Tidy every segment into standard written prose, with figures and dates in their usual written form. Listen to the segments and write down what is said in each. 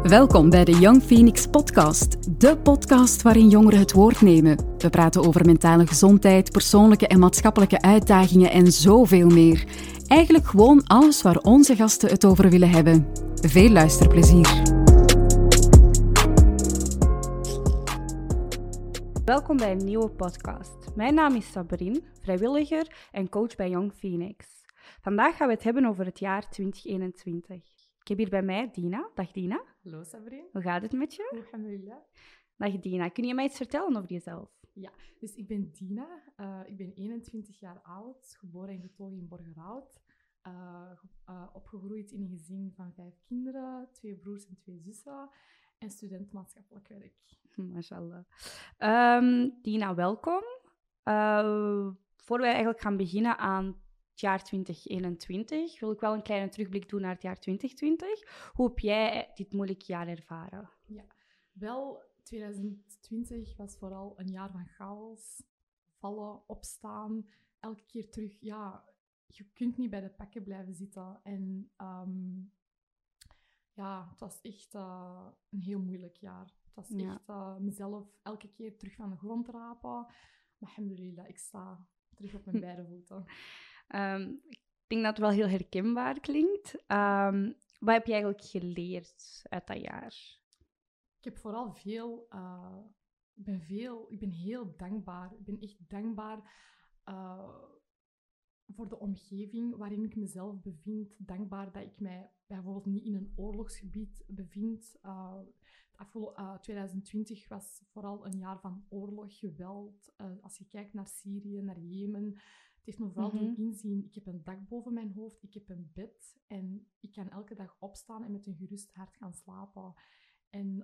Welkom bij de Young Phoenix podcast, de podcast waarin jongeren het woord nemen. We praten over mentale gezondheid, persoonlijke en maatschappelijke uitdagingen en zoveel meer. Eigenlijk gewoon alles waar onze gasten het over willen hebben. Veel luisterplezier. Welkom bij een nieuwe podcast. Mijn naam is Sabrine, vrijwilliger en coach bij Young Phoenix. Vandaag gaan we het hebben over het jaar 2021. Ik heb hier bij mij Dina. Dag Dina. Hallo Sabrine. Hoe gaat het met je? Alhamdulillah. Dag Dina. Kun je mij iets vertellen over jezelf? Ja, dus ik ben Dina. Ik ben 21 jaar oud, geboren en getogen in Borgerhout. Opgegroeid in een gezin van 5 kinderen, 2 broers en 2 zussen. En student maatschappelijk werk. Mashallah. Dina, welkom. Voor wij eigenlijk gaan beginnen aan het jaar 2021, wil ik wel een kleine terugblik doen naar het jaar 2020. Hoe heb jij dit moeilijke jaar ervaren? Ja, wel, 2020 was vooral een jaar van chaos. Vallen, opstaan, elke keer terug. Ja, je kunt niet bij de pakken blijven zitten. En ja, het was echt een heel moeilijk jaar. Het was echt mezelf elke keer terug van de grond rapen. Maar alhamdulillah, ik sta terug op mijn beide voeten. Ik denk dat het wel heel herkenbaar klinkt. Wat heb je eigenlijk geleerd uit dat jaar? Ik heb vooral ik ben heel dankbaar. Ik ben echt dankbaar voor de omgeving waarin ik mezelf bevind. Dankbaar dat ik mij bijvoorbeeld niet in een oorlogsgebied bevind. 2020 was vooral een jaar van oorlog, geweld. Als je kijkt naar Syrië, naar Jemen, het heeft me vooral doen inzien. Ik heb een dak boven mijn hoofd, ik heb een bed en ik kan elke dag opstaan en met een gerust hart gaan slapen. En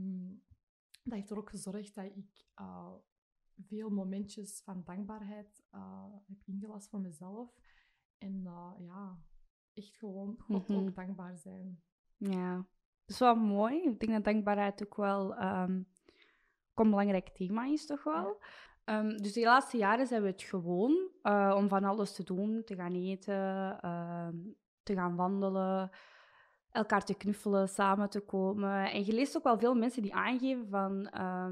dat heeft er ook gezorgd dat ik veel momentjes van dankbaarheid heb ingelast voor mezelf. En echt gewoon God ook dankbaar zijn. Ja, dat is wel mooi. Ik denk dat dankbaarheid ook wel een belangrijk thema is, toch wel? Ja. Dus de laatste jaren zijn we het gewoon om van alles te doen. Te gaan eten, te gaan wandelen, elkaar te knuffelen, samen te komen. En je leest ook wel veel mensen die aangeven van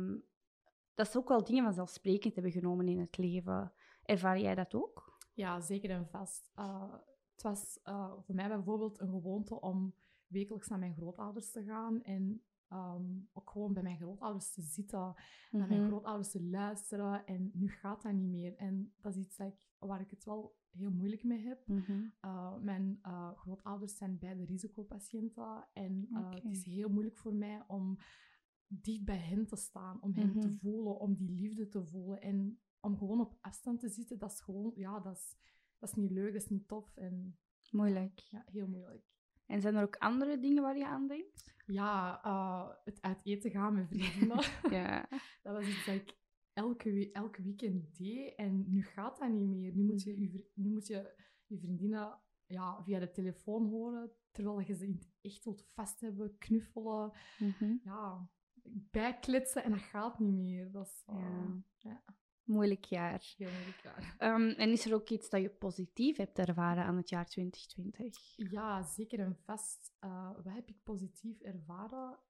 dat ze ook wel dingen vanzelfsprekend hebben genomen in het leven. Ervaar jij dat ook? Ja, zeker en vast. Het was voor mij bijvoorbeeld een gewoonte om wekelijks naar mijn grootouders te gaan en ook gewoon bij mijn grootouders te zitten, naar mijn grootouders te luisteren. En nu gaat dat niet meer. En dat is iets waar ik het wel heel moeilijk mee heb. Mijn grootouders zijn beide risicopatiënten en het is heel moeilijk voor mij om dicht bij hen te staan, om hen te voelen, om die liefde te voelen. En om gewoon op afstand te zitten, dat is gewoon, ja, dat is niet leuk, dat is niet tof. En, moeilijk. Ja, heel moeilijk. En zijn er ook andere dingen waar je aan denkt? Ja, het uit eten gaan met vriendinnen. Ja. Dat was iets dat ik elke weekend deed. En nu gaat dat niet meer. Nu moet je je vriendinnen via de telefoon horen, terwijl je ze in het echt wilt vast hebben, knuffelen. Ja, bijkletsen en dat gaat niet meer. Dat is, moeilijk jaar. Heel moeilijk jaar. En is er ook iets dat je positief hebt ervaren aan het jaar 2020? Ja, zeker en vast. Wat heb ik positief ervaren?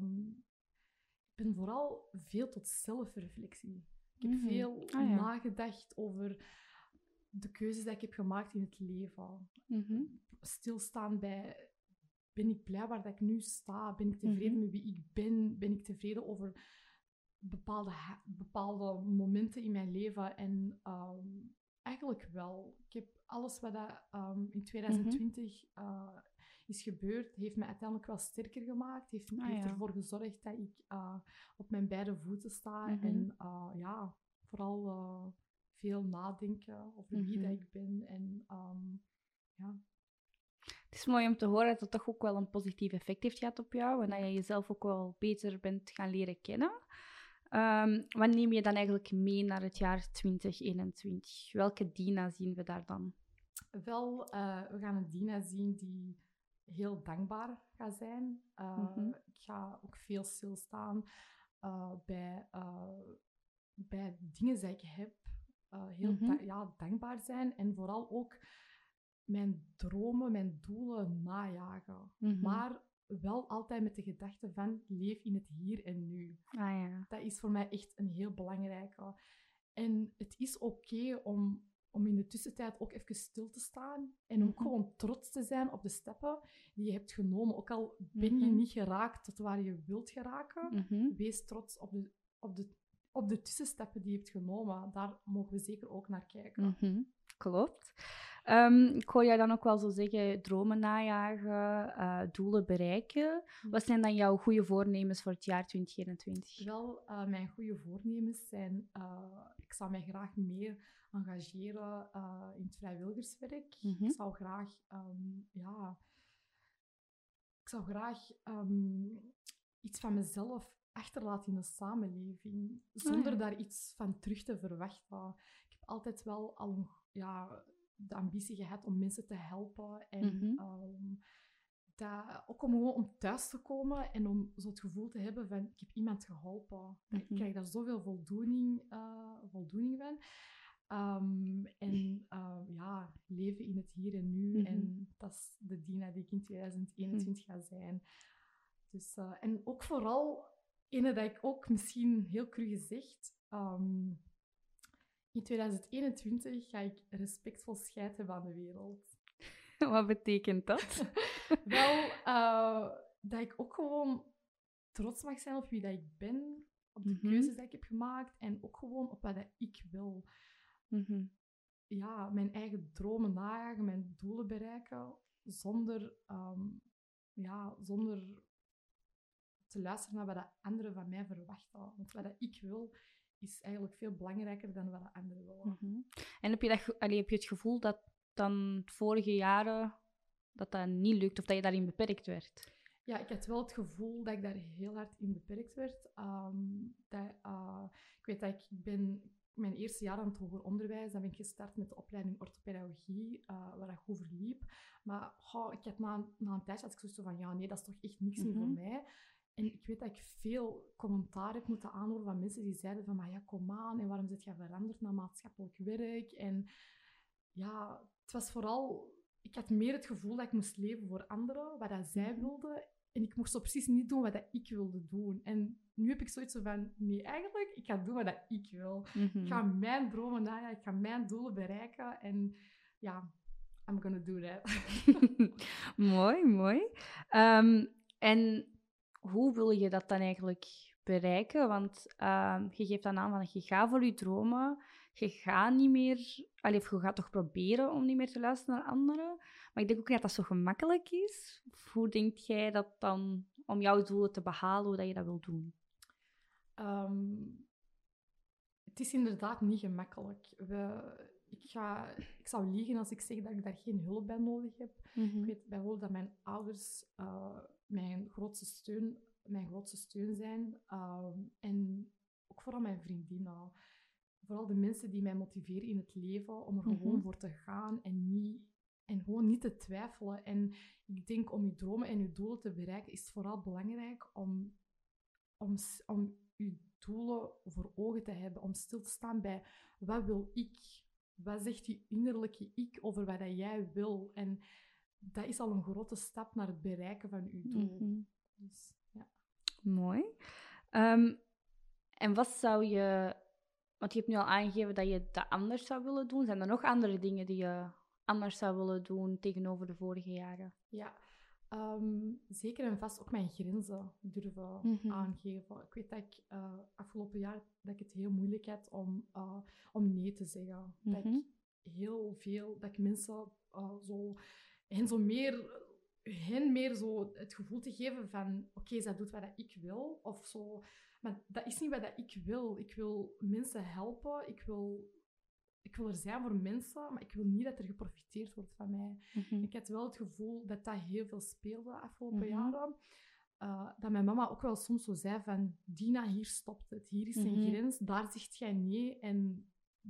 Ik ben vooral veel tot zelfreflectie. Ik heb veel nagedacht over de keuzes die ik heb gemaakt in het leven. Stilstaan bij, ben ik blij waar dat ik nu sta? Ben ik tevreden met wie ik ben? Ben ik tevreden over bepaalde momenten in mijn leven? En eigenlijk wel. Ik heb alles wat in 2020 is gebeurd, heeft mij uiteindelijk wel sterker gemaakt. Heeft ervoor gezorgd dat ik op mijn beide voeten sta. En vooral veel nadenken over wie dat ik ben. En Het is mooi om te horen dat het toch ook wel een positief effect heeft gehad op jou. En dat je jezelf ook wel beter bent gaan leren kennen. Wat neem je dan eigenlijk mee naar het jaar 2021? Welke Dina zien we daar dan? Wel, we gaan een Dina zien die heel dankbaar gaat zijn. Ik ga ook veel stilstaan bij dingen die ik heb. Heel dankbaar zijn en vooral ook mijn dromen, mijn doelen najagen. Maar wel altijd met de gedachte van leef in het hier en nu. Dat is voor mij echt een heel belangrijke. En het is oké om in de tussentijd ook even stil te staan en ook gewoon trots te zijn op de stappen die je hebt genomen. Ook al ben je niet geraakt tot waar je wilt geraken, wees trots op de tussenstappen die je hebt genomen. Daar mogen we zeker ook naar kijken. Klopt. Ik hoor jij dan ook wel zo zeggen, dromen najagen, doelen bereiken. Wat zijn dan jouw goede voornemens voor het jaar 2021? Wel, mijn goede voornemens zijn... ik zou mij graag meer engageren in het vrijwilligerswerk. Ik zou graag... iets van mezelf achterlaten in de samenleving, zonder daar iets van terug te verwachten. Ik heb altijd wel al de ambitie gehad om mensen te helpen. En ook om thuis te komen en om zo het gevoel te hebben van ik heb iemand geholpen. Ik krijg daar zoveel voldoening van. Leven in het hier en nu. En dat is de Dina die ik in 2021 ga zijn. Dus, en ook vooral, ene dat ik ook misschien heel cru gezegd, in 2021 ga ik respectvol scheid hebben aan de wereld. Wat betekent dat? Wel, dat ik ook gewoon trots mag zijn op wie dat ik ben, op de keuzes die ik heb gemaakt en ook gewoon op wat dat ik wil. Ja, mijn eigen dromen najagen, mijn doelen bereiken, zonder te luisteren naar wat de anderen van mij verwachten. Want wat ik wil, is eigenlijk veel belangrijker dan wat de anderen willen. En heb je het gevoel dat dan het vorige jaren dat niet lukt of dat je daarin beperkt werd? Ja, ik had wel het gevoel dat ik daar heel hard in beperkt werd. Ik weet dat mijn eerste jaar aan het hoger onderwijs, dan ben ik gestart met de opleiding orthopedagogie, waar dat goed verliep. Maar ik had na een tijdje had ik zoiets van, nee, dat is toch echt niks meer voor mij. En ik weet dat ik veel commentaar heb moeten aanhoren van mensen die zeiden van, maar ja, kom aan, en waarom zit je veranderd naar maatschappelijk werk? En ja, het was vooral... Ik had meer het gevoel dat ik moest leven voor anderen, wat dat zij wilden. En ik mocht zo precies niet doen wat dat ik wilde doen. En nu heb ik zoiets van, nee, eigenlijk, ik ga doen wat dat ik wil. Ik ga mijn dromen najagen, ik ga mijn doelen bereiken. En ja, I'm gonna do that. Mooi. En hoe wil je dat dan eigenlijk bereiken? Want je geeft dan aan van je gaat voor je dromen. Je gaat niet meer... je gaat toch proberen om niet meer te luisteren naar anderen. Maar ik denk ook niet dat dat zo gemakkelijk is. Hoe denk jij dat dan, om jouw doelen te behalen, hoe dat je dat wil doen? Het is inderdaad niet gemakkelijk. Ik zou liegen als ik zeg dat ik daar geen hulp bij nodig heb. Ik weet bijvoorbeeld dat mijn ouders mijn grootste steun zijn. En ook vooral mijn vriendinnen. Vooral de mensen die mij motiveren in het leven om er gewoon voor te gaan en gewoon niet te twijfelen. En ik denk om je dromen en je doelen te bereiken is het vooral belangrijk om je doelen voor ogen te hebben. Om stil te staan bij wat wil ik? Wat zegt je innerlijke ik over wat dat jij wil? En dat is al een grote stap naar het bereiken van je doel. Dus, ja. Mooi. En wat zou je... Want je hebt nu al aangegeven dat je dat anders zou willen doen. Zijn er nog andere dingen die je anders zou willen doen tegenover de vorige jaren? Ja, zeker en vast ook mijn grenzen durven aangeven. Ik weet dat ik afgelopen jaar dat ik het heel moeilijk had om nee te zeggen. Dat ik mensen hen meer zo het gevoel te geven van oké, zij doet wat ik wil of zo. Maar dat is niet wat ik wil. Ik wil mensen helpen. Ik wil er zijn voor mensen, maar ik wil niet dat er geprofiteerd wordt van mij. Ik had wel het gevoel dat dat heel veel speelde de afgelopen jaren. Dat mijn mama ook wel soms zo zei van Dina, hier stopt het. Hier is een grens. Daar zegt jij nee. En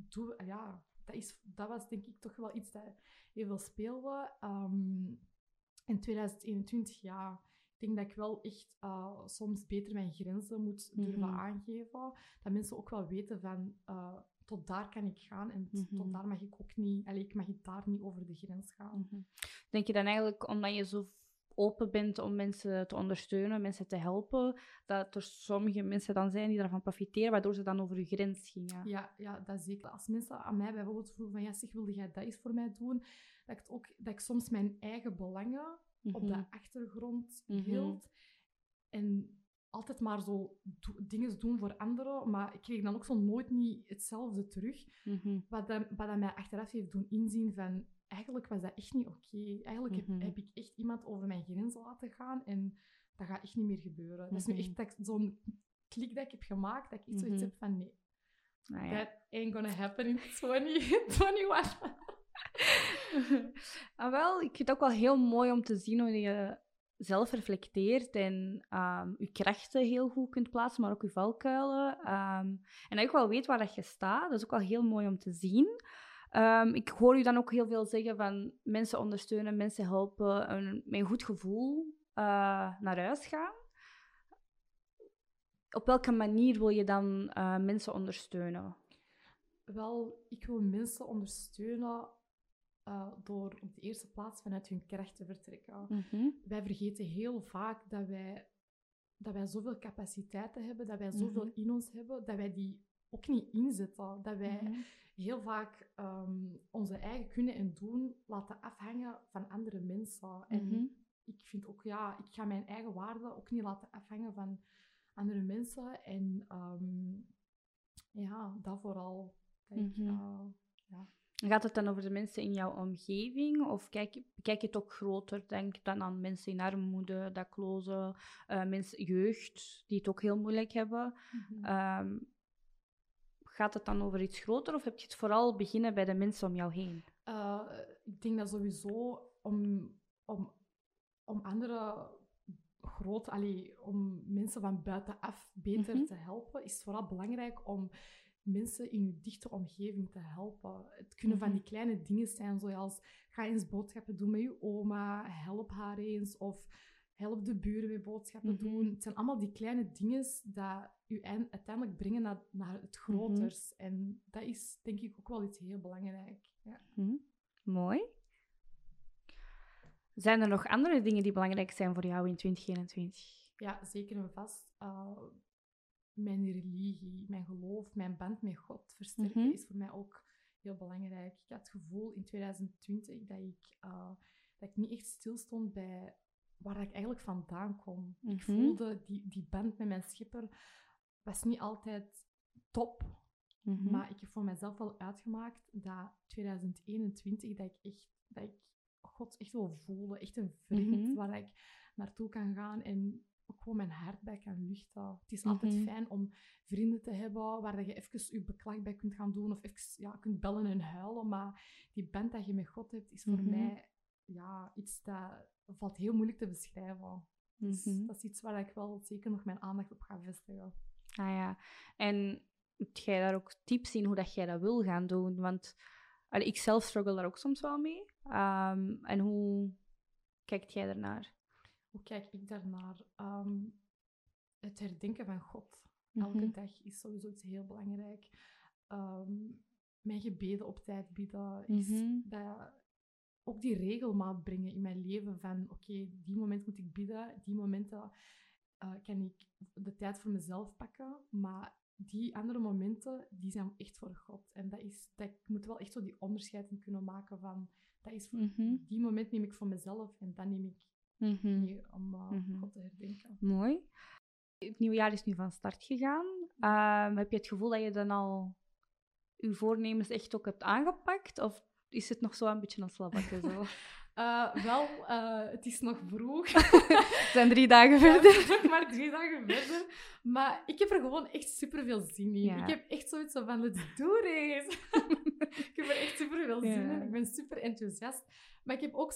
dat was denk ik toch wel iets dat heel veel speelde. In 2021, ja... Ik denk dat ik wel echt soms beter mijn grenzen moet durven aangeven. Dat mensen ook wel weten van... tot daar kan ik gaan en tot daar mag ik ook niet... ik mag daar niet over de grens gaan. Denk je dan eigenlijk, omdat je zo open bent om mensen te ondersteunen, mensen te helpen, dat er sommige mensen dan zijn die daarvan profiteren, waardoor ze dan over je grens gingen. Ja, dat zeker. Als mensen aan mij bijvoorbeeld vroegen van, ja, zeg, wilde jij dat eens voor mij doen? Dat ik soms mijn eigen belangen op de achtergrond hield. En altijd maar zo dingen doen voor anderen, maar ik kreeg dan ook zo nooit niet hetzelfde terug. Wat dat mij achteraf heeft doen inzien van, eigenlijk was dat echt niet oké. Eigenlijk heb ik echt iemand over mijn grenzen laten gaan en dat gaat echt niet meer gebeuren. Dat is nu echt zo'n klik dat ik heb gemaakt, dat ik echt zoiets heb van, nee, that ain't gonna happen in 2021. Wel, ik vind het ook wel heel mooi om te zien hoe je zelf reflecteert en je krachten heel goed kunt plaatsen, maar ook je valkuilen. En dat je ook wel weet waar dat je staat. Dat is ook wel heel mooi om te zien. Ik hoor u dan ook heel veel zeggen van mensen ondersteunen, mensen helpen en met een goed gevoel naar huis gaan. Op welke manier wil je dan mensen ondersteunen? Wel, ik wil mensen ondersteunen door op de eerste plaats vanuit hun kracht te vertrekken. Wij vergeten heel vaak dat wij zoveel capaciteiten hebben, dat wij zoveel in ons hebben, dat wij die ook niet inzetten. Dat wij heel vaak onze eigen kunnen en doen laten afhangen van andere mensen. En ik vind ook, ik ga mijn eigen waarden ook niet laten afhangen van andere mensen. En dat vooral. Gaat het dan over de mensen in jouw omgeving? Of kijk je het ook groter? Denk dan aan mensen in armoede, daklozen, jeugd, die het ook heel moeilijk hebben. Gaat het dan over iets groter? Of heb je het vooral beginnen bij de mensen om jou heen? Ik denk dat sowieso om andere om mensen van buitenaf beter te helpen, is het vooral belangrijk om mensen in je dichte omgeving te helpen. Het kunnen van die kleine dingen zijn, zoals ga eens boodschappen doen met je oma, help haar eens, of help de buren met boodschappen doen. Het zijn allemaal die kleine dingen dat je uiteindelijk brengen naar het groters. En dat is denk ik ook wel iets heel belangrijk. Ja. Mooi. Zijn er nog andere dingen die belangrijk zijn voor jou in 2021? Ja, zeker en vast. Mijn religie, mijn geloof, mijn band met God versterken is voor mij ook heel belangrijk. Ik had het gevoel in 2020 dat ik niet echt stilstond bij waar ik eigenlijk vandaan kom. Ik voelde die band met mijn schepper was niet altijd top. Maar ik heb voor mezelf wel uitgemaakt dat 2021 dat ik God echt wil voelen. Echt een vriend waar ik naartoe kan gaan en ook gewoon mijn hart bij kan luchten. Het is altijd fijn om vrienden te hebben waar je even je beklag bij kunt gaan doen of even kunt bellen en huilen. Maar die band dat je met God hebt, is voor mij iets dat valt heel moeilijk te beschrijven. Dus dat is iets waar ik wel zeker nog mijn aandacht op ga vestigen. Ah ja, en heb jij daar ook tips in hoe dat jij dat wil gaan doen? Want ik zelf struggle daar ook soms wel mee. En hoe kijkt jij daarnaar? Hoe kijk ik daarnaar? Het herdenken van God. Elke dag is sowieso iets heel belangrijk. Mijn gebeden op tijd bidden. Ook die regelmaat brengen in mijn leven van oké, die moment moet ik bidden, die momenten kan ik de tijd voor mezelf pakken, maar die andere momenten, die zijn echt voor God. En ik moet wel echt zo die onderscheid in kunnen maken van, die moment neem ik voor mezelf en dan neem ik mee om God te herdenken. Mooi. Het nieuwe jaar is nu van start gegaan. Heb je het gevoel dat je dan al je voornemens echt ook hebt aangepakt? Of is het nog zo een beetje een slabbakken zo? Het is nog vroeg. Het zijn 3 dagen verder. Nog maar 3 dagen verder. Maar ik heb er gewoon echt superveel zin in. Ja. Ik heb echt zoiets van, let's do this. Ik heb er echt superveel zin in. Ik ben super enthousiast. Maar ik heb ook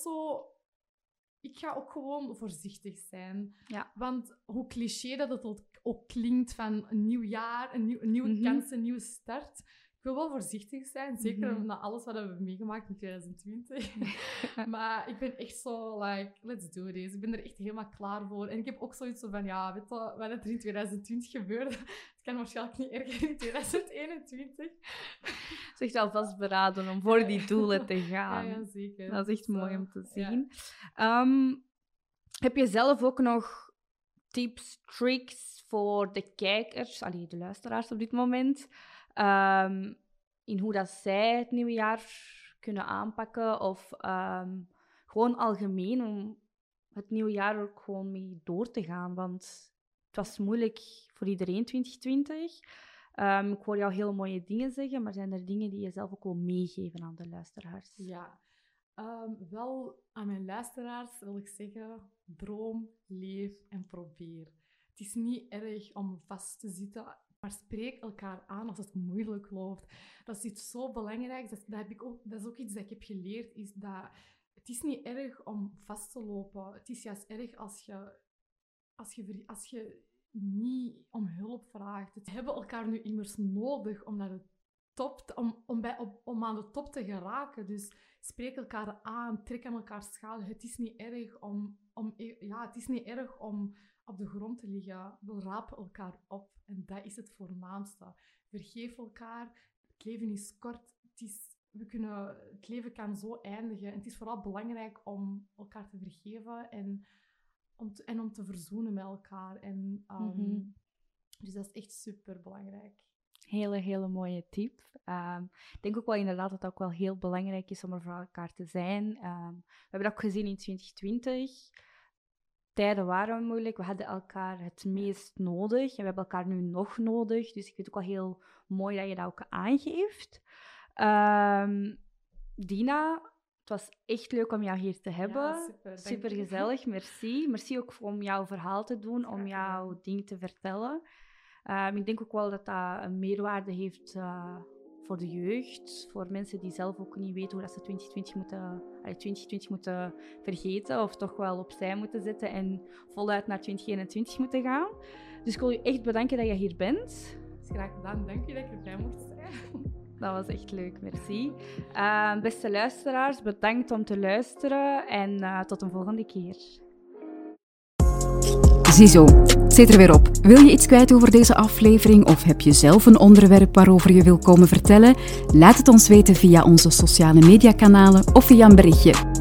ik ga ook gewoon voorzichtig zijn. Ja. Want hoe cliché dat het ook klinkt van een nieuw jaar, een nieuwe kans, een nieuwe start. Ik wil wel voorzichtig zijn, zeker na alles wat we hebben meegemaakt in 2020. Maar ik ben echt zo, let's do this. Ik ben er echt helemaal klaar voor. En ik heb ook zoiets van, weet je, wat er in 2020 gebeurde, het kan waarschijnlijk niet erger in 2021. Het is echt al vastberaden om voor die doelen te gaan. Ja, zeker. Dat is echt mooi om te zien. Heb je zelf ook nog tips, tricks voor de kijkers, de luisteraars op dit moment, in hoe dat zij het nieuwe jaar kunnen aanpakken of gewoon algemeen om het nieuwe jaar ook gewoon mee door te gaan? Want het was moeilijk voor iedereen 2020. Ik hoor jou heel mooie dingen zeggen, maar zijn er dingen die je zelf ook wil meegeven aan de luisteraars? Ja, wel aan mijn luisteraars wil ik zeggen, droom, leef en probeer. Het is niet erg om vast te zitten, maar spreek elkaar aan als het moeilijk loopt. Dat is iets zo belangrijks. Dat is ook iets dat ik heb geleerd, is dat het is niet erg om vast te lopen. Het is juist erg als je niet om hulp vraagt. We hebben elkaar nu immers nodig om naar de top, om aan de top te geraken. Dus spreek elkaar aan, trek aan elkaar schouder. Het is niet erg om op de grond te liggen. We rapen elkaar op en dat is het voornaamste. Vergeef elkaar. Het leven is kort. Het leven kan zo eindigen. En het is vooral belangrijk om elkaar te vergeven en om te verzoenen met elkaar. Dus dat is echt super belangrijk. Hele mooie tip. Ik denk ook wel inderdaad dat het ook wel heel belangrijk is om er voor elkaar te zijn. We hebben dat ook gezien in 2020. Tijden waren moeilijk. We hadden elkaar het meest nodig. En we hebben elkaar nu nog nodig. Dus ik vind het ook wel heel mooi dat je dat ook aangeeft. Dina, het was echt leuk om jou hier te hebben. Ja, super gezellig, merci. Merci ook om jouw verhaal te doen, om jouw ding te vertellen. Ik denk ook wel dat dat een meerwaarde heeft voor de jeugd. Voor mensen die zelf ook niet weten hoe dat ze 2020 moeten vergeten. Of toch wel opzij moeten zetten en voluit naar 2021 moeten gaan. Dus ik wil je echt bedanken dat je hier bent. Graag gedaan. Dank je dat ik erbij mocht zijn. Dat was echt leuk, merci. Beste luisteraars, bedankt om te luisteren en tot een volgende keer. Ziezo, het zit er weer op. Wil je iets kwijt over deze aflevering of heb je zelf een onderwerp waarover je wil komen vertellen? Laat het ons weten via onze sociale mediakanalen of via een berichtje.